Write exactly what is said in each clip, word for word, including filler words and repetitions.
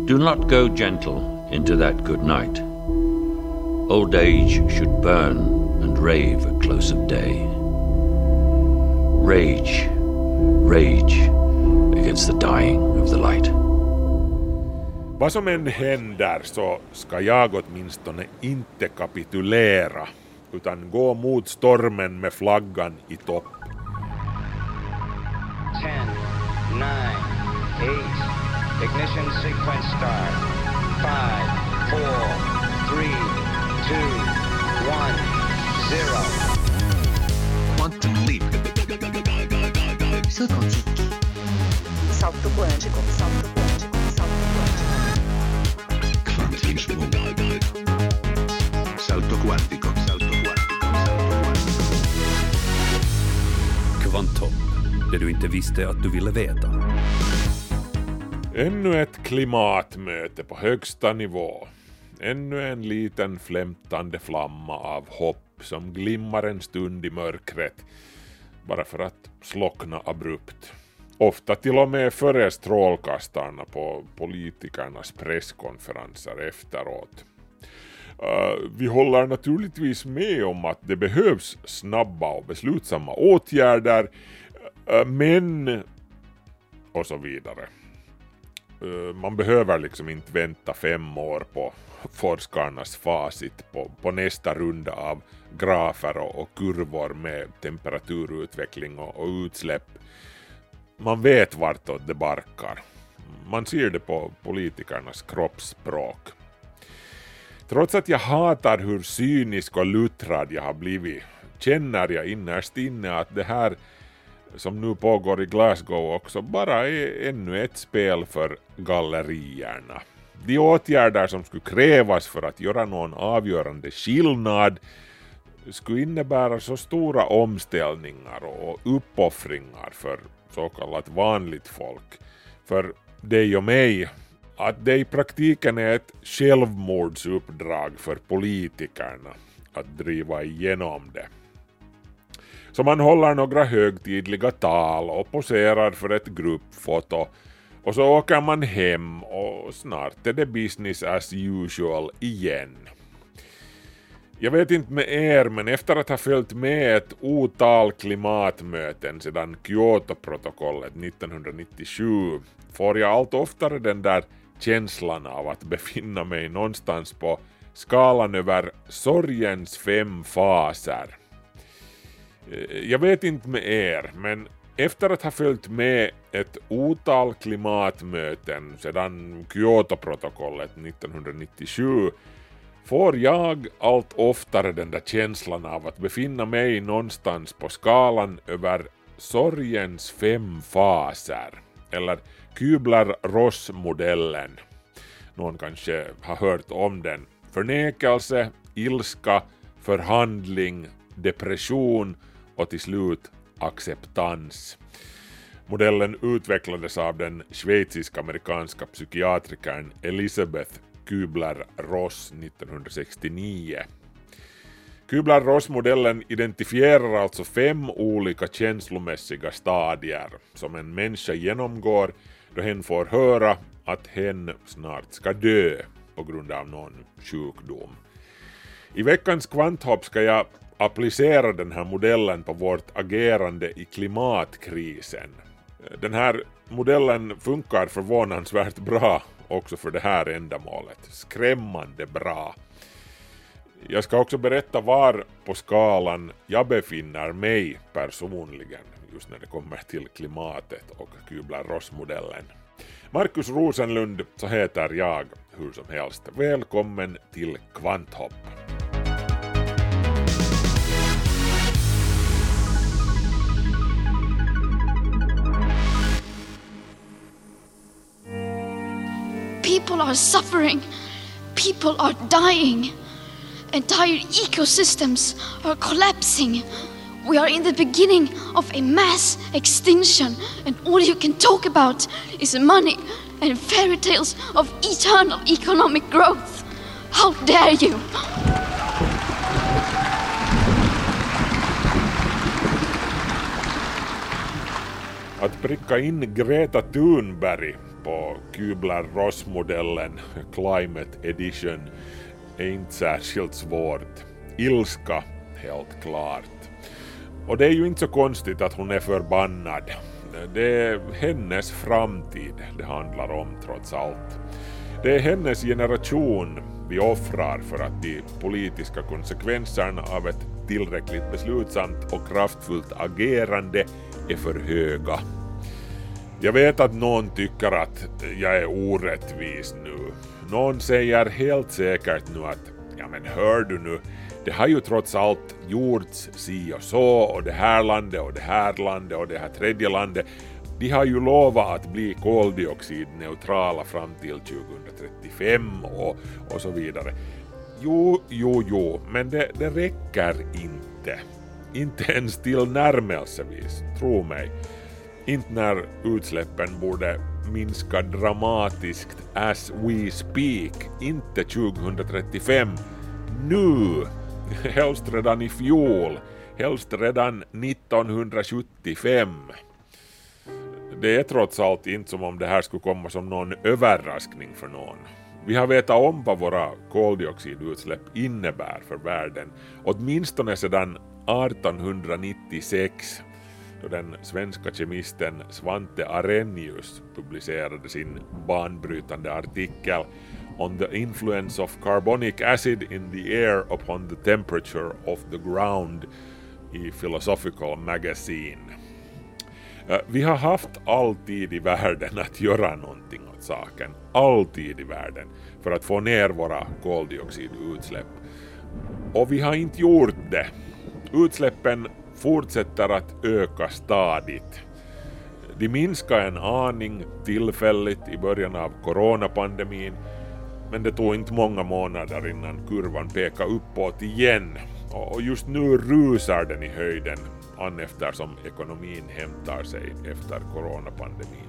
Do not go gentle into that good night. Old age should burn and rave at close of day. Rage, rage against the dying of the light. Vad som än händer så ska jag åtminstone inte kapitulera utan gå mot stormen med flaggan i topp. ten, nine, eight, ignition sequence start. five, four, three, two, one, zero. Quantum leap. Saut quantique. Salto quântico, salto quântico, salto quântico. Quantum salto quantico, salto quantico, salto quantico. Kvanthopp, det du inte visste att du ville veta. Ännu ett klimatmöte på högsta nivå. Ännu en liten flämtande flamma av hopp som glimmar en stund i mörkret bara för att slockna abrupt. Ofta till och med före strålkastarna på politikernas presskonferenser efteråt. Uh, vi håller naturligtvis med om att det behövs snabba och beslutsamma åtgärder, uh, men och så vidare. Uh, man behöver liksom inte vänta fem år på forskarnas facit på, på nästa runda av grafer och, och kurvor med temperaturutveckling och, och utsläpp. Man vet vartåt det barkar. Man ser det på politikernas kroppsspråk. Trots att jag hatar hur cynisk och luttrad jag har blivit känner jag innerst inne att det här som nu pågår i Glasgow också bara är ännu ett spel för gallerierna. De åtgärder som skulle krävas för att göra någon avgörande skillnad skulle innebära så stora omställningar och uppoffringar för så kallat vanligt folk, för dig och mig, att det i praktiken är ett självmordsuppdrag för politikerna att driva igenom det. Så man håller några högtidliga tal och poserar för ett gruppfoto och så åker man hem och snart är det business as usual igen. Jag vet inte med er, men efter att ha följt med ett otal klimatmöten sedan Kyoto-protokollet nittonhundranittiosju får jag allt oftare den där känslan av att befinna mig någonstans på skalan över sorgens fem faser. Jag vet inte med er, men efter att ha följt med ett otal klimatmöten sedan Kyoto-protokollet nittonhundranittiosju får jag allt oftare den där känslan av att befinna mig någonstans på skalan över sorgens fem faser, eller Kübler-Ross-modellen. Någon kanske har hört om den. Förnekelse, ilska, förhandling, depression och till slut acceptans. Modellen utvecklades av den schweizisk-amerikanska psykiatrikern Elisabeth Kübler-Ross nittonhundrasextionio. Kübler-Ross-modellen identifierar alltså fem olika känslomässiga stadier som en människa genomgår då hen får höra att hen snart ska dö på grund av någon sjukdom. I veckans kvanthopp ska jag applicera den här modellen på vårt agerande i klimatkrisen. Den här modellen funkar förvånansvärt bra också för det här ändamålet. Skrämmande bra. Jag ska också berätta var på skalan jag befinner mig personligen just när det kommer till klimatet och Kübler-Ross-modellen. Markus Rosenlund så heter jag hur som helst. Välkommen till Kvanthopp. People are suffering. People are dying. Entire ecosystems are collapsing. We are in the beginning of a mass extinction, and all you can talk about is money and fairy tales of eternal economic growth. How dare you! Att pricka in Greta Thunberg på Kübler-Ross-modellen Climate Edition är inte särskilt svårt. Ilska, helt klart. Och det är ju inte så konstigt att hon är förbannad. Det är hennes framtid det handlar om trots allt. Det är hennes generation vi offrar för att de politiska konsekvenserna av ett tillräckligt beslutsamt och kraftfullt agerande är för höga. Jag vet att någon tycker att jag är orättvis nu. Någon säger helt säkert nu att ja men hör du nu, det har ju trots allt gjorts si och så och det här landet och det här landet och det här tredje landet. De har ju lovat att bli koldioxidneutrala fram till tjugohundratrettiofem och, och så vidare. Jo, jo, jo, men det, det räcker inte. Inte ens till närmelsevis, tro mig. Inte när utsläppen borde minska dramatiskt as we speak. Inte tjugohundratrettiofem. Nu! Helst redan i fjol. Helst redan nittonhundrasjuttiofem. Det är trots allt inte som om det här skulle komma som någon överraskning för någon. Vi har vetat om vad våra koldioxidutsläpp innebär för världen, åtminstone sedan artonhundranittiosex, då den svenska kemisten Svante Arrhenius publicerade sin banbrytande artikel On the influence of carbonic acid in the air upon the temperature of the ground i Philosophical Magazine. Vi har haft all tid i världen att göra någonting åt saken. All tid i världen för att få ner våra koldioxidutsläpp. Och vi har inte gjort det. Utsläppen fortsätter att öka stadigt. De minskade en aning tillfälligt i början av coronapandemin, men det tog inte många månader innan kurvan pekade uppåt igen. Och just nu rusar den i höjden an eftersom ekonomin hämtar sig efter coronapandemin.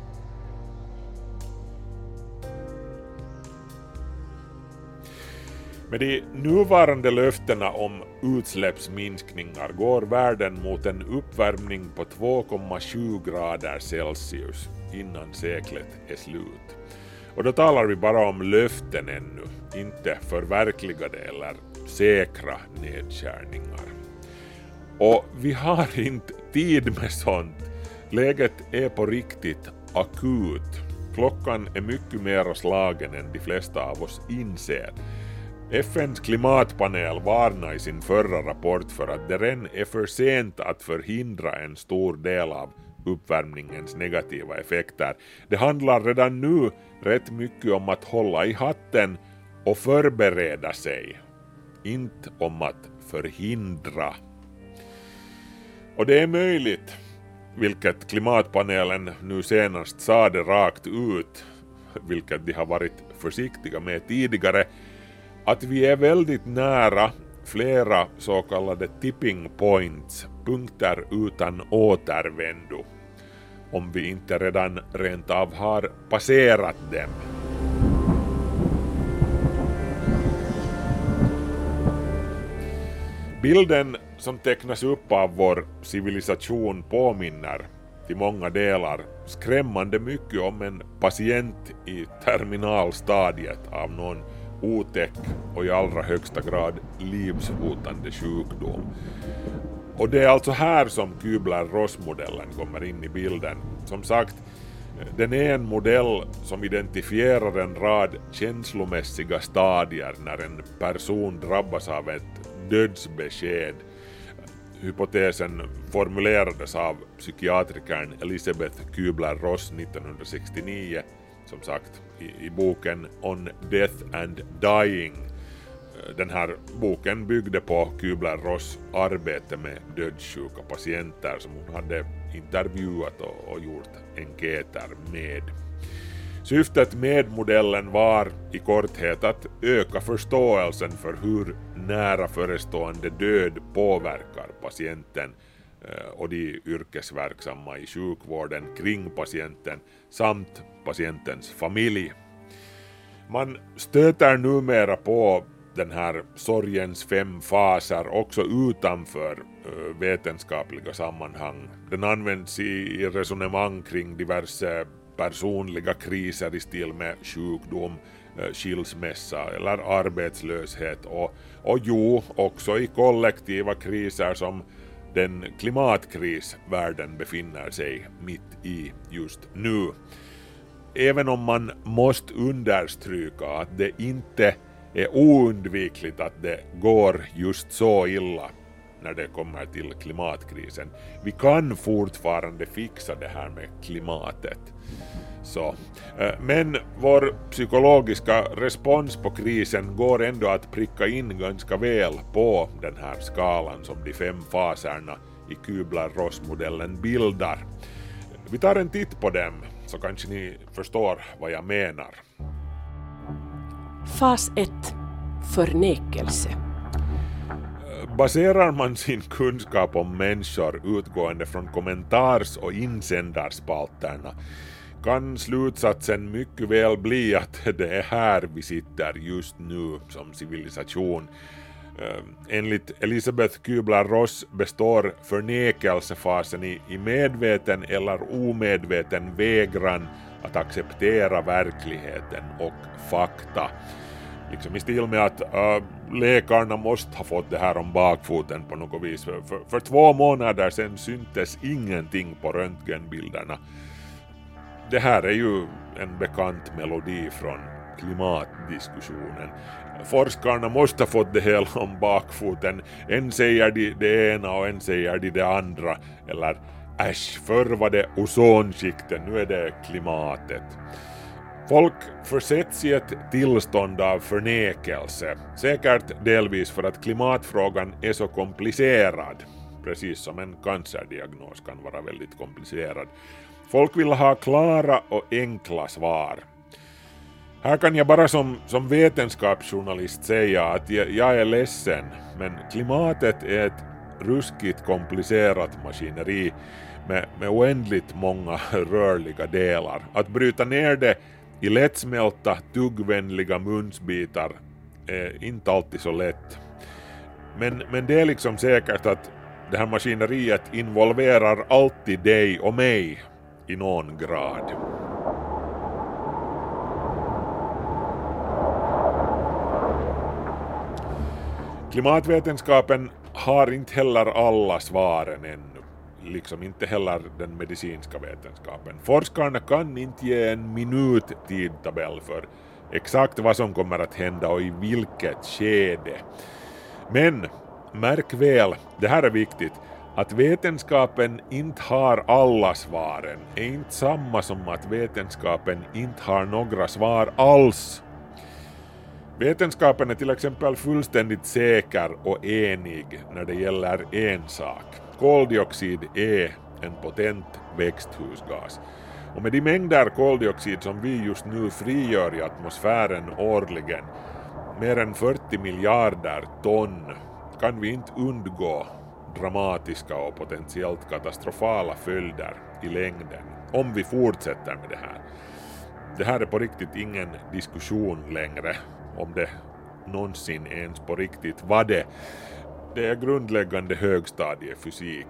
Med de nuvarande löftena om utsläppsminskningar går världen mot en uppvärmning på två komma sju grader Celsius innan seklet är slut. Och då talar vi bara om löften ännu, inte förverkligade eller säkra nedskärningar. Och vi har inte tid med sånt. Läget är på riktigt akut. Klockan är mycket mer slagen än de flesta av oss inser. F N:s klimatpanel varnar i sin förra rapport för att det redan är för sent att förhindra en stor del av uppvärmningens negativa effekter. Det handlar redan nu rätt mycket om att hålla i hatten och förbereda sig. Inte om att förhindra. Och det är möjligt, vilket klimatpanelen nu senast sa det rakt ut, vilket de har varit försiktiga med tidigare, att vi är väldigt nära flera så kallade tipping points, punkter utan återvändo, om vi inte redan rent av har passerat dem. Bilden som tecknas upp av vår civilisation påminner till många delar skrämmande mycket om en patient i terminalstadiet av någon otäck och i allra högsta grad livshotande sjukdom. Och det är alltså här som Kübler-Ross-modellen kommer in i bilden. Som sagt, den är en modell som identifierar en rad känslomässiga stadier när en person drabbas av ett dödsbesked. Hypotesen formulerades av psykiatrikern Elisabeth Kübler-Ross nittonhundrasextionio, som sagt i, i boken On Death and Dying. Den här boken byggde på Kübler-Ross arbete med dödssjuka patienter som hon hade intervjuat och, och gjort enkäter med. Syftet med modellen var i korthet att öka förståelsen för hur nära förestående död påverkar patienten och de yrkesverksamma i sjukvården kring patienten samt patientens familj. Man stöter numera på den här sorgens fem faser också utanför vetenskapliga sammanhang. Den används i resonemang kring diverse personliga kriser i stil med sjukdom, skilsmässa eller arbetslöshet och, och jo, också i kollektiva kriser som den klimatkris världen befinner sig mitt i just nu. Även om man måste understryka att det inte är oundvikligt att det går just så illa när det kommer till klimatkrisen. Vi kan fortfarande fixa det här med klimatet. Så. Men vår psykologiska respons på krisen går ändå att pricka in ganska väl på den här skalan som de fem faserna i Kübler-Ross-modellen bildar. Vi tar en titt på dem så kanske ni förstår vad jag menar. Fas ett. Förnekelse. Baserar man sin kunskap om människor utgående från kommentars- och insändarspalterna kan slutsatsen mycket väl bli att det är här vi sitter just nu som civilisation. Enligt Elisabeth Kübler-Ross består förnekelsefasen i, i medveten eller omedveten vägran att acceptera verkligheten och fakta. Liksom i stil med att äh, läkarna måste ha fått det här om bakfoten på något vis. För, för, för två månader sedan syntes ingenting på röntgenbilderna. Det här är ju en bekant melodi från klimatdiskussionen. Forskarna måste ha fått det hela om bakfoten. En säger de det ena och en säger de det andra. Eller äsch, förr var det ozonskikten, nu är det klimatet. Folk försätts i ett tillstånd av förnekelse, säkert delvis för att klimatfrågan är så komplicerad, precis som en cancerdiagnos kan vara väldigt komplicerad. Folk vill ha klara och enkla svar. Här kan jag bara som, som vetenskapsjournalist säga att jag, jag är ledsen, men klimatet är ett ruskigt komplicerat maskineri med, med oändligt många rörliga delar. Att bryta ner det i lättsmälta, tuggvänliga munsbitar är inte alltid så lätt. Men, men det är liksom säkert att det här maskineriet involverar alltid dig och mig i någon grad. Klimatvetenskapen har inte heller alla svaren ännu. Liksom inte heller den medicinska vetenskapen. Forskarna kan inte ge en minut tidtabell för exakt vad som kommer att hända och i vilket skede. Men märk väl, det här är viktigt, att vetenskapen inte har alla svaren är inte samma som att vetenskapen inte har några svar alls. Vetenskapen är till exempel fullständigt säker och enig när det gäller en sak. Koldioxid är en potent växthusgas. Och med de mängder koldioxid som vi just nu frigör i atmosfären årligen, mer än fyrtio miljarder ton, kan vi inte undgå dramatiska och potentiellt katastrofala följder i längden om vi fortsätter med det här. Det här är på riktigt ingen diskussion längre om det någonsin ens på riktigt var det. Det är grundläggande högstadiefysik.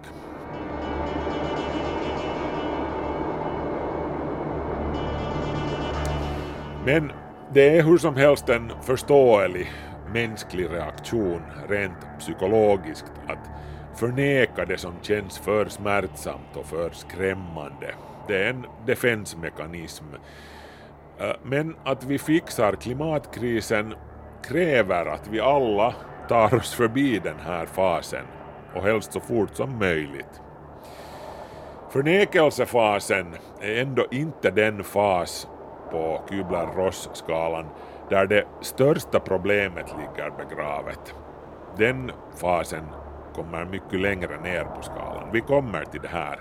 Men det är hur som helst en förståelig mänsklig reaktion rent psykologiskt att förneka det som känns för smärtsamt och för skrämmande. Det är en defensmekanism. Men att vi fixar klimatkrisen kräver att vi alla tar oss förbi den här fasen och helst så fort som möjligt. Förnekelsefasen är ändå inte den fas på Kübler-Ross-skalan där det största problemet ligger begravet. Den fasen kommer mycket längre ner på skalan. Vi kommer till det här.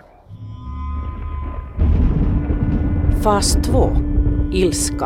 Fas två. Ilska.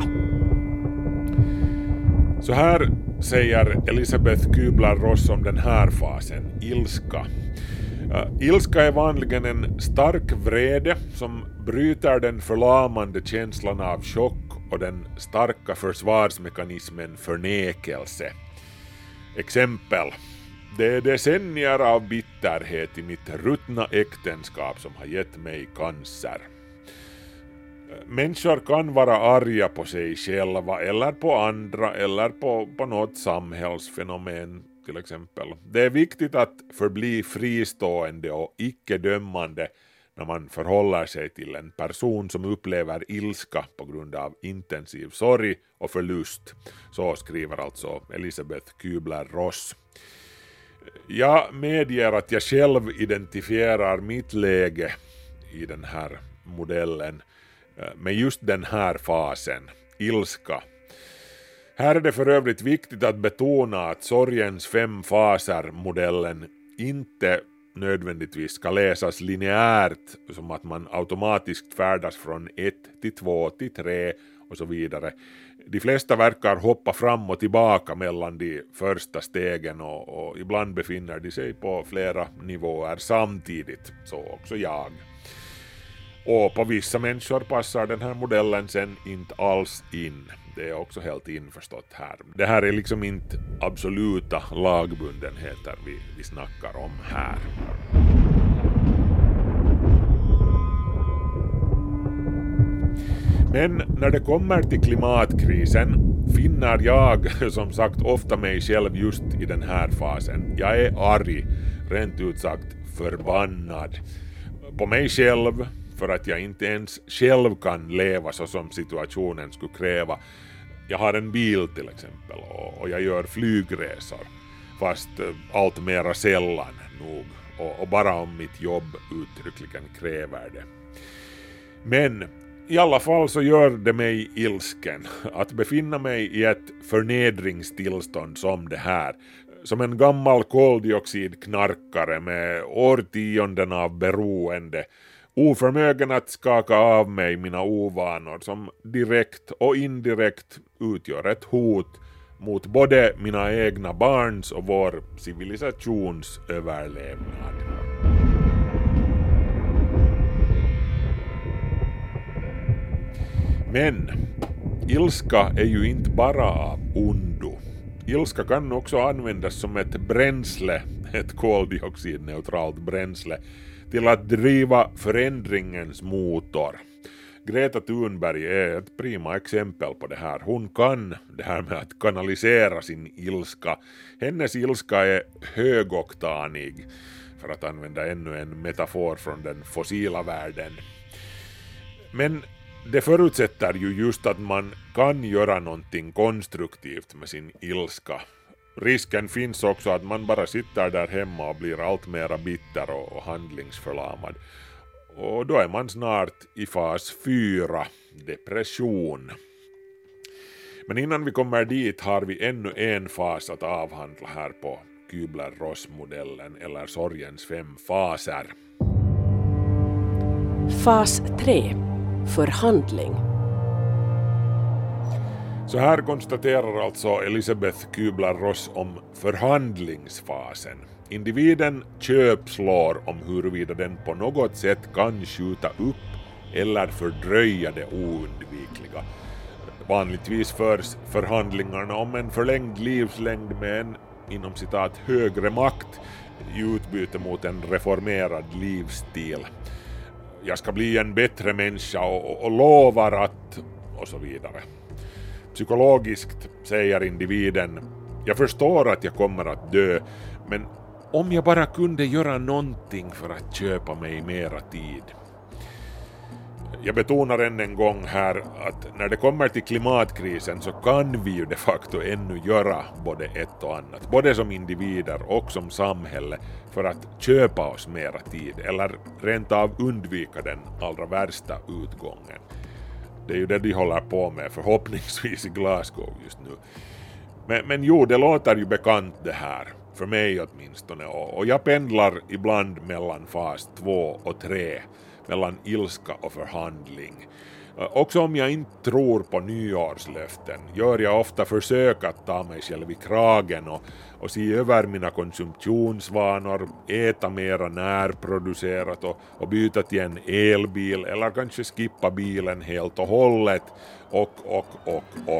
Så här säger Elisabeth Kübler-Ross om den här fasen, ilska. Uh, ilska är vanligen en stark vrede som bryter den förlamande känslan av chock och den starka försvarsmekanismen förnekelse. Exempel. Det är decennier av bitterhet i mitt ruttna äktenskap som har gett mig cancer. Människor kan vara arga på sig själva eller på andra eller på, på något samhällsfenomen till exempel. Det är viktigt att förbli fristående och icke-dömande när man förhåller sig till en person som upplever ilska på grund av intensiv sorg och förlust. Så skriver alltså Elisabeth Kübler-Ross. Jag medger att jag själv identifierar mitt läge i den här modellen med just den här fasen, ilska. Här är det för övrigt viktigt att betona att sorgens fem faser-modellen inte nödvändigtvis ska läsas lineärt, som att man automatiskt färdas från ett till två till tre och så vidare. De flesta verkar hoppa fram och tillbaka mellan de första stegen och, och ibland befinner de sig på flera nivåer samtidigt, så också jag. Och på vissa människor passar den här modellen sen inte alls in. Det är också helt införstått här. Det här är liksom inte absoluta lagbundenheter vi, vi snackar om här. Men när det kommer till klimatkrisen finner jag som sagt ofta mig själv just i den här fasen. Jag är arg, rent ut sagt förbannad. På mig själv, för att jag inte ens själv kan leva så som situationen skulle kräva. Jag har en bil till exempel och, och jag gör flygresor, fast allt mera sällan nog och, och bara om mitt jobb uttryckligen kräver det. Men i alla fall så gör det mig ilsken att befinna mig i ett förnedringstillstånd som det här. Som en gammal koldioxidknarkare med årtionden av beroende, oförmögen att skaka av mig mina ovanor som direkt och indirekt utgör ett hot mot både mina egna barns och vår civilisations överlevnad. Men ilska är ju inte bara av ondo. Ilska kan också användas som ett bränsle, ett koldioxidneutralt bränsle, till att driva förändringens motor. Greta Thunberg är ett prima exempel på det här. Hon kan det här med att kanalisera sin ilska. Hennes ilska är högoktanig, för att använda ännu en metafor från den fossila världen. Men det förutsätter ju just att man kan göra någonting konstruktivt med sin ilska. Risken finns också att man bara sitter där hemma och blir allt mera bitter och handlingsförlamad. Och då är man snart i fas fyra, depression. Men innan vi kommer dit har vi ännu en fas att avhandla här på Kübler-Ross-modellen, eller sorgens fem faser. Fas tre. Förhandling. Så här konstaterar alltså Elisabeth Kübler-Ross om förhandlingsfasen. Individen köpslår om huruvida den på något sätt kan skjuta upp eller fördröja det oundvikliga. Vanligtvis förs förhandlingarna om en förlängd livslängd med en, inom citat, högre makt i utbyte mot en reformerad livsstil. Jag ska bli en bättre människa och, och lovar att, och så vidare. Psykologiskt säger individen, jag förstår att jag kommer att dö, men om jag bara kunde göra någonting för att köpa mig mera tid. Jag betonar än en gång här att när det kommer till klimatkrisen så kan vi ju de facto ännu göra både ett och annat, både som individer och som samhälle, för att köpa oss mera tid eller rent av undvika den allra värsta utgången. Det är ju det de håller på med förhoppningsvis i Glasgow just nu. Men, men jo, det låter ju bekant det här, för mig åtminstone, och, och jag pendlar ibland mellan fas två och tre, mellan ilska och förhandling. Också om jag inte tror på nyårslöften gör jag ofta försök att ta mig själv i kragen och, och se över mina konsumtionsvanor, äta mera närproducerat och, och byta till en elbil eller kanske skippa bilen helt och hållet och, och, och, och.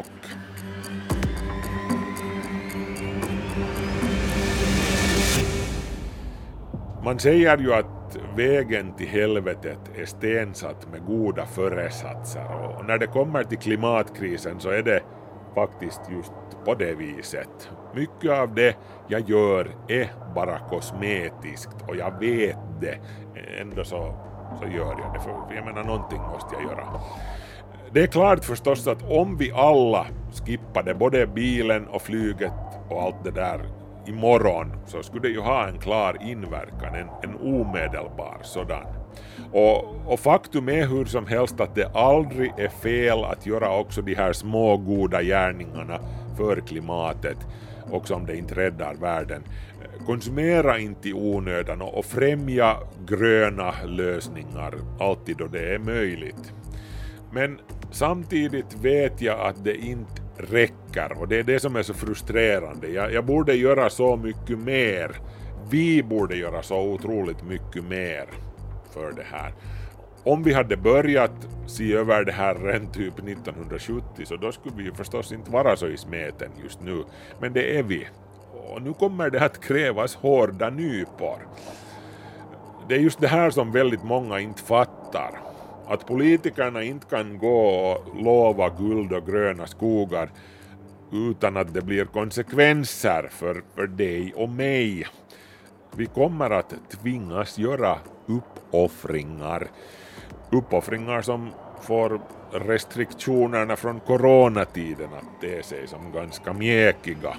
Man säger ju att vägen till helvetet är stensatt med goda föresatser, och när det kommer till klimatkrisen så är det faktiskt just på det viset. Mycket av det jag gör är bara kosmetiskt, och jag vet det. Ändå så, så gör jag det, för jag menar, någonting måste jag göra. Det är klart förstås att om vi alla skippade både bilen och flyget och allt det där imorgon, så skulle det ju ha en klar inverkan, en, en omedelbar sådan. Och, och faktum är hur som helst att det aldrig är fel att göra också de här små goda gärningarna för klimatet, också om det inte räddar världen. Konsumera inte i onödan och främja gröna lösningar alltid då det är möjligt. Men samtidigt vet jag att det inte räcker, och det är det som är så frustrerande. Jag, jag borde göra så mycket mer. Vi borde göra så otroligt mycket mer för det här. Om vi hade börjat se över det här redan typ nittonhundrasjuttio, så då skulle vi ju förstås inte vara så i smeten just nu. Men det är vi. Och nu kommer det att krävas hårda nypor. Det är just det här som väldigt många inte fattar. Att politikerna inte kan gå och lova guld och gröna skogar utan att det blir konsekvenser för, för dig och mig. Vi kommer att tvingas göra uppoffringar. Uppoffringar som får restriktionerna från coronatiden att te sig som ganska mjäkiga.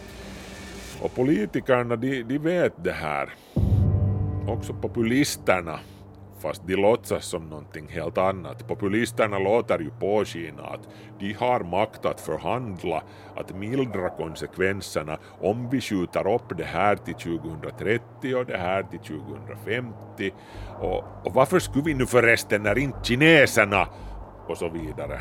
Och politikerna, de, de vet det här. Också populisterna, fast de låtsas som någonting helt annat. Populisterna låter ju påskina att de har makt att förhandla, att mildra konsekvenserna om vi skjuter upp det här till tjugohundratrettio och det här till tjugohundrafemtio. Och, och varför skulle vi nu förresten när inte kineserna och så vidare.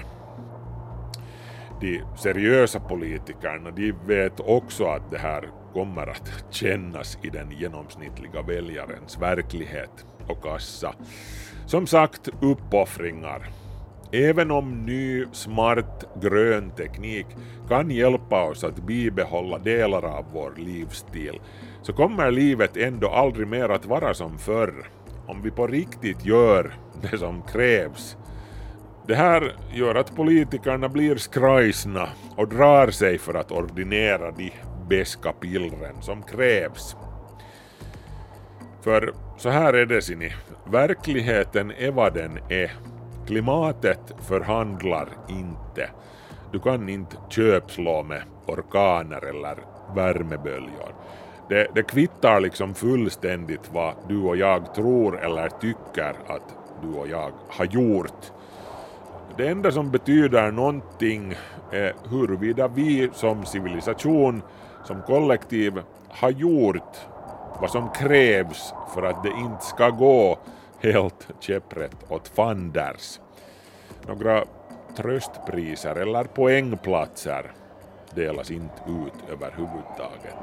De seriösa politikerna, de vet också att det här kommer att kännas i den genomsnittliga väljarens verklighet och kassa. Som sagt, uppoffringar. Även om ny, smart, grön teknik kan hjälpa oss att bibehålla delar av vår livsstil, så kommer livet ändå aldrig mer att vara som förr, om vi på riktigt gör det som krävs. Det här gör att politikerna blir skrajsna och drar sig för att ordinera de beska pillren som krävs. För så här är det, sin verkligheten är vad den är. Klimatet förhandlar inte. Du kan inte köpslå med orkaner eller värmeböljor. Det, det kvittar liksom fullständigt vad du och jag tror eller tycker att du och jag har gjort. Det enda som betyder någonting är huruvida vi som civilisation, som kollektiv, har gjort vad som krävs för att det inte ska gå helt käpprätt åt fanders. Några tröstpriser eller poängplatser delas inte ut överhuvudtaget.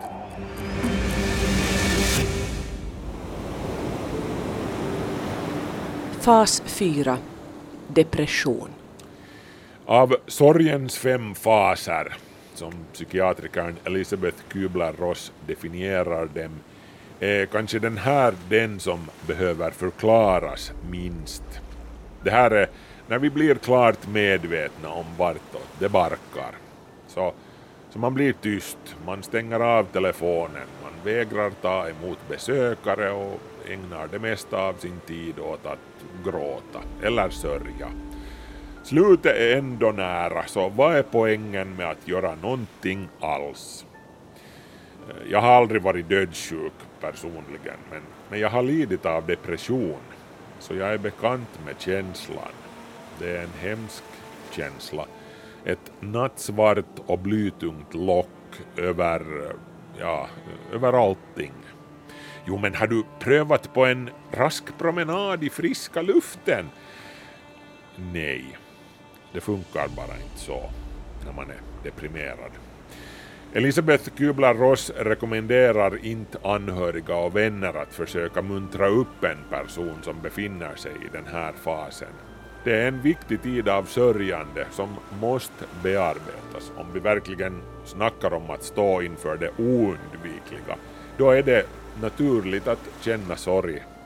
Fas fyra. Depression. Av sorgens fem faser, som psykiatrikern Elisabeth Kübler-Ross definierar dem, är kanske den här den som behöver förklaras minst. Det här är när vi blir klart medvetna om vartåt det barkar. Så, så man blir tyst, man stänger av telefonen, man vägrar ta emot besökare och ägnar det mesta av sin tid åt att gråta eller sörja. Slutet är ändå nära, så vad är poängen med att göra någonting alls? Jag har aldrig varit dödssjuk personligen, men, men jag har lidit av depression, så jag är bekant med känslan. Det är en hemsk känsla. Ett nattsvart och blytungt lock över, ja, över allting. Jo, men har du prövat på en rask promenad i friska luften? Nej, det funkar bara inte så när man är deprimerad. Elisabeth Kübler-Ross rekommenderar inte anhöriga och vänner att försöka muntra upp en person som befinner sig i den här fasen. Det är en viktig tid av sörjande som måste bearbetas. Om vi verkligen snackar om att stå inför det oundvikliga, då är det naturligt att känna sorg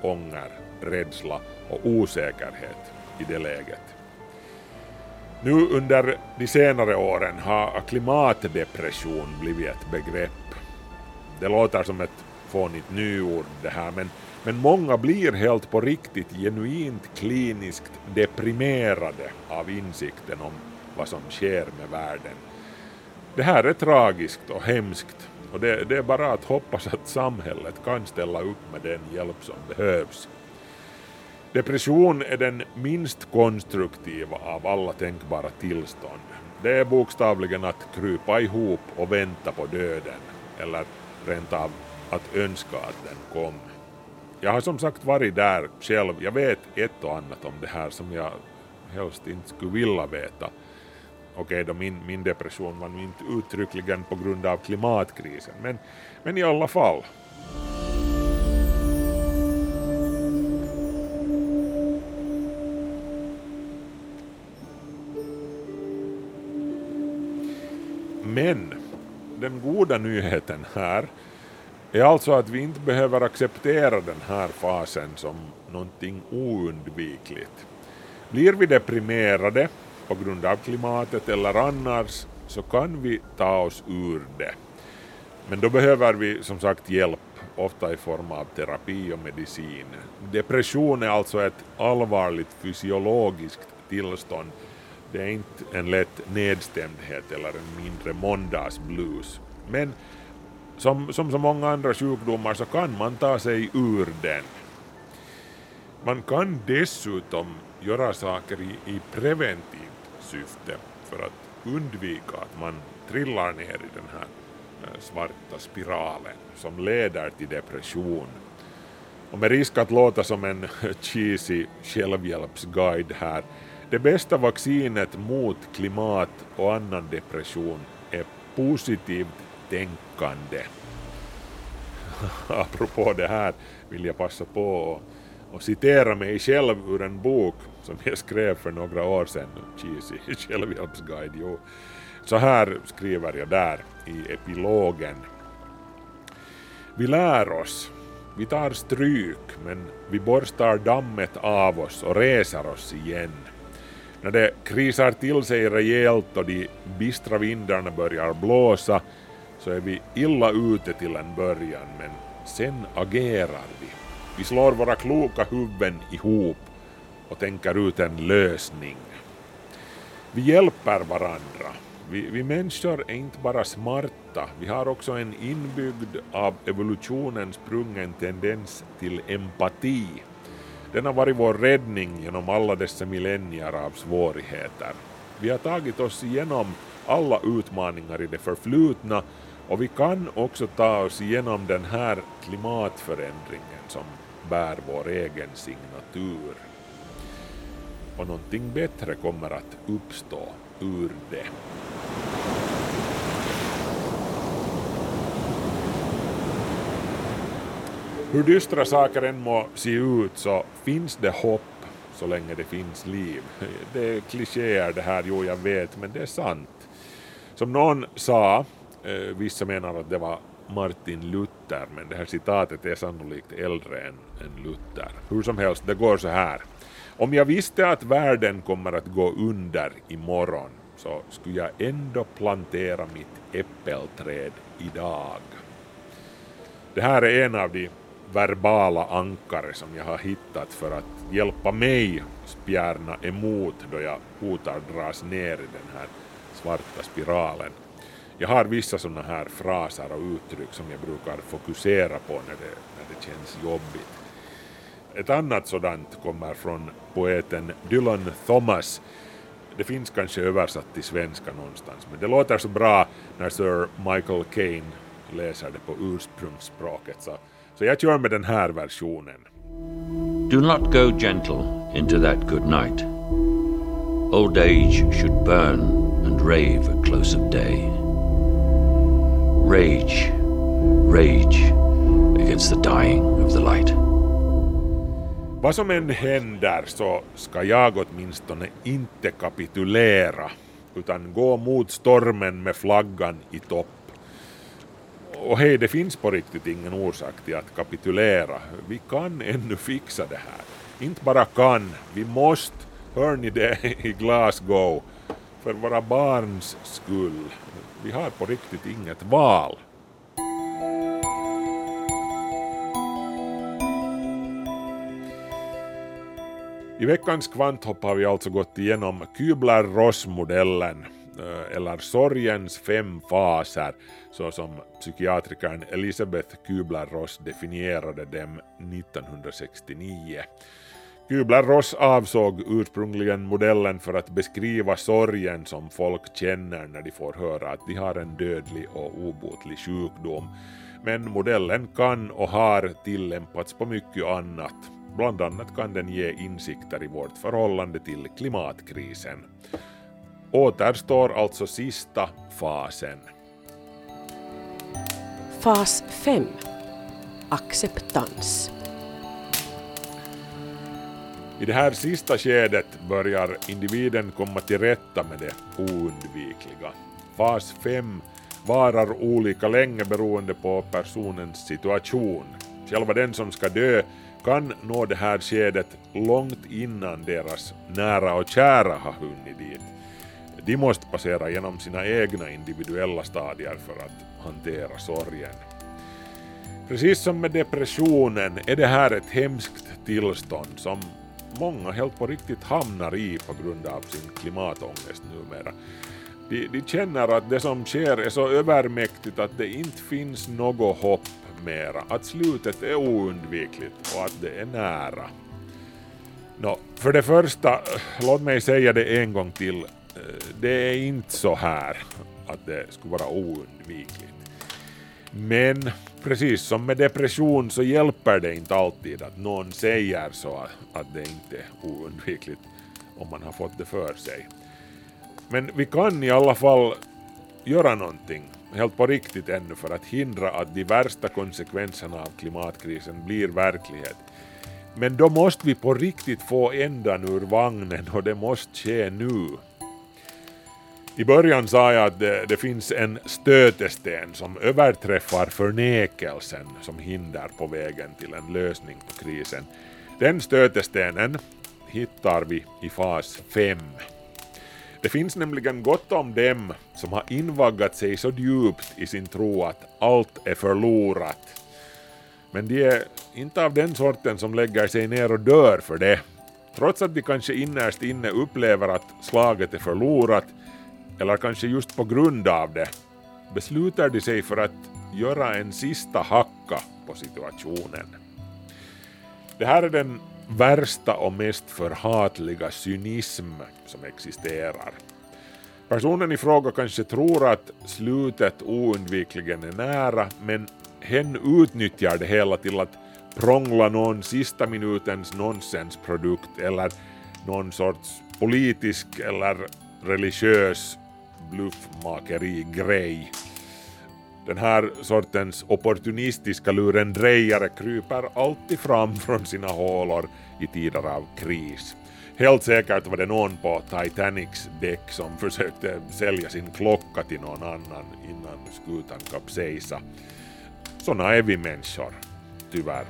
ånger, rädsla och osäkerhet i det läget. Nu under de senare åren har klimatdepression blivit ett begrepp. Det låter som ett fånigt nyord det här, men, men många blir helt på riktigt genuint kliniskt deprimerade av insikten om vad som sker med världen. Det här är tragiskt och hemskt, och det, det är bara att hoppas att samhället kan ställa upp med den hjälp som behövs. Depression är den minst konstruktiva av alla tänkbara tillstånd. Det är bokstavligen att krypa ihop och vänta på döden, eller rent av att önska att den kom. Jag har som sagt varit där själv. Jag vet ett och annat om det här som jag helst inte skulle vilja veta. Okej, då min, min depression var nu inte uttryckligen på grund av klimatkrisen, men, men i alla fall. Men den goda nyheten här är alltså att vi inte behöver acceptera den här fasen som någonting oundvikligt. Blir vi deprimerade på grund av klimatet eller annars, så kan vi ta oss ur det. Men då behöver vi som sagt hjälp, ofta i form av terapi och medicin. Depression är alltså ett allvarligt fysiologiskt tillstånd. Det är inte en lätt nedstämdhet eller en mindre måndagsblues. Men som, som så många andra sjukdomar så kan man ta sig ur den. Man kan dessutom göra saker i, i preventivt syfte för att undvika att man trillar ner i den här äh, svarta spiralen som leder till depression. Och med risk att låta som en cheesy självhjälpsguide här, det bästa vaccinet mot klimat och annan depression är positivt tänkande. Apropå det här vill jag passa på och, och citera mig själv ur en bok som jag skrev för några år sedan, cheesy självhjälpsguide. Jo. Så här skriver jag där i epilogen. Vi lär oss, vi tar stryk, men vi borstar dammet av oss och reser oss igen. När det krisar till sig rejält och de bistra vindarna börjar blåsa, så är vi illa ute till en början, men sen agerar vi. Vi slår våra kloka huvuden ihop och tänker ut en lösning. Vi hjälper varandra. Vi, vi människor är inte bara smarta, vi har också en inbyggd av evolutionen sprungen tendens till empati. Den har varit vår räddning genom alla dessa millennier av svårigheter. Vi har tagit oss igenom alla utmaningar i det förflutna, och vi kan också ta oss igenom den här klimatförändringen som bär vår egen signatur. Och någonting bättre kommer att uppstå ur det. Hur dystra saker än må se ut, så finns det hopp så länge det finns liv. Det är klichéer det här, jo jag vet, men det är sant. Som någon sa, eh, vissa menar att det var Martin Luther, men det här citatet är sannolikt äldre än, än Luther. Hur som helst, det går så här. Om jag visste att världen kommer att gå under imorgon, så skulle jag ändå plantera mitt äppelträd idag. Det här är en av de verbala ankare som jag har hittat för att hjälpa mig spjärna emot då jag hotar dras ner i den här svarta spiralen. Jag har vissa sådana här fraser och uttryck som jag brukar fokusera på när det, när det känns jobbigt. Ett annat sådant kommer från poeten Dylan Thomas. Det finns kanske översatt till svenska någonstans, men det låter så bra när Sir Michael Caine läser det på ursprungsspråket. Så, så jag kör med den här versionen. Do not go gentle into that good night. Old age should burn and rave at close of day. Rage, rage against the dying of the light. Vad som än händer så ska jag åtminstone inte kapitulera, utan gå mot stormen med flaggan i topp. Och hej, det finns på riktigt ingen orsak till att kapitulera. Vi kan ännu fixa det här. Inte bara kan, vi måste, hör ni det i Glasgow, för våra barns skull. Vi har på riktigt inget val. I veckans kvanthopp har vi alltså gått igenom Kübler-Ross-modellen, eller sorgens fem faser, så som psykiatrikern Elisabeth Kübler-Ross definierade dem nittonhundrasextionio. Kübler-Ross avsåg ursprungligen modellen för att beskriva sorgen som folk känner när de får höra att de har en dödlig och obotlig sjukdom. Men modellen kan och har tillämpats på mycket annat. Bland annat kan den ge insikter i vårt förhållande till klimatkrisen. Återstår alltså sista fasen. Fas fem. Acceptans. I det här sista skedet börjar individen komma till rätta med det oundvikliga. Fas fem varar olika länge beroende på personens situation. Själva den som ska dö kan nå det här skedet långt innan deras nära och kära har hunnit dit. De måste passera genom sina egna individuella stadier för att hantera sorgen. Precis som med depressionen är det här ett hemskt tillstånd som många helt på riktigt hamnar i på grund av sin klimatångest numera. De, de känner att det som sker är så övermäktigt att det inte finns något hopp mera, att slutet är oundvikligt och att det är nära. Nå, för det första, låt mig säga det en gång till, det är inte så här att det skulle vara oundvikligt. Men precis som med depression så hjälper det inte alltid att någon säger så att det inte är oundvikligt om man har fått det för sig. Men vi kan i alla fall göra någonting helt på riktigt ännu för att hindra att de värsta konsekvenserna av klimatkrisen blir verklighet. Men då måste vi på riktigt få ändan ur vagnen och det måste ske nu. I början sa jag att det, det finns en stötesten som överträffar förnekelsen som hinder på vägen till en lösning på krisen. Den stötestenen hittar vi i fas fem. Det finns nämligen gott om dem som har invaggat sig så djupt i sin tro att allt är förlorat. Men de är inte av den sorten som lägger sig ner och dör för det. Trots att de kanske innerst inne upplever att slaget är förlorat, eller kanske just på grund av det, beslutar de sig för att göra en sista hacka på situationen. Det här är den värsta och mest förhatliga cynism som existerar. Personen i fråga kanske tror att slutet oundvikligen är nära, men hen utnyttjar det hela till att prångla någon sista minutens nonsensprodukt eller någon sorts politisk eller religiös bluffmakeri-grej. Den här sortens opportunistiska lurendrejare kryper alltid fram från sina hålor i tider av kris. Helt säkert var det någon på Titanics däck som försökte sälja sin klocka till någon annan innan skutan kapsejsa. Såna är vi människor, tyvärr.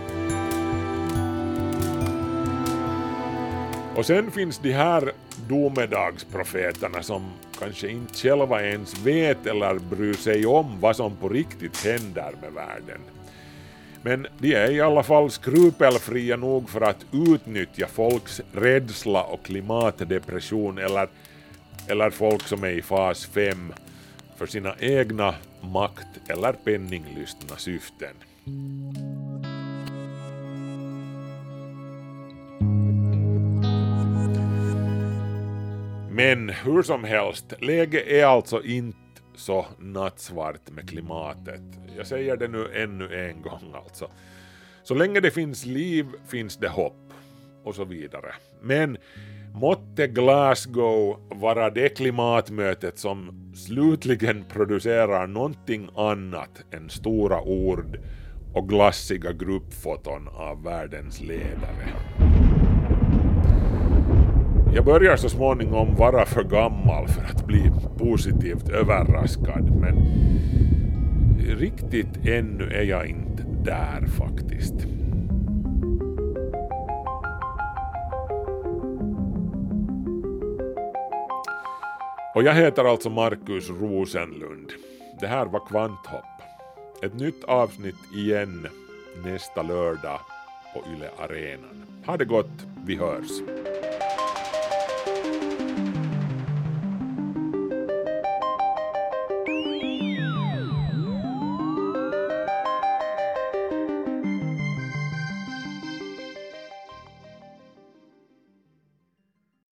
Och sen finns de här domedagsprofeterna som kanske inte själva ens vet eller bryr sig om vad som på riktigt händer med världen. Men de är i alla fall skrupelfria nog för att utnyttja folks rädsla och klimatdepression eller, eller folk som är i fas fem för sina egna makt- eller penninglystna syften. Men hur som helst, läget är alltså inte så nattsvart med klimatet. Jag säger det nu ännu en gång alltså. Så länge det finns liv finns det hopp och så vidare. Men måtte Glasgow vara det klimatmötet som slutligen producerar någonting annat än stora ord och glassiga gruppfoton av världens ledare. Jag börjar så småningom vara för gammal för att bli positivt överraskad, men riktigt ännu är jag inte där faktiskt. Och jag heter alltså Markus Rosenlund. Det här var Kvanthopp. Ett nytt avsnitt igen nästa lördag på Yle Arenan. Ha det gott, vi hörs.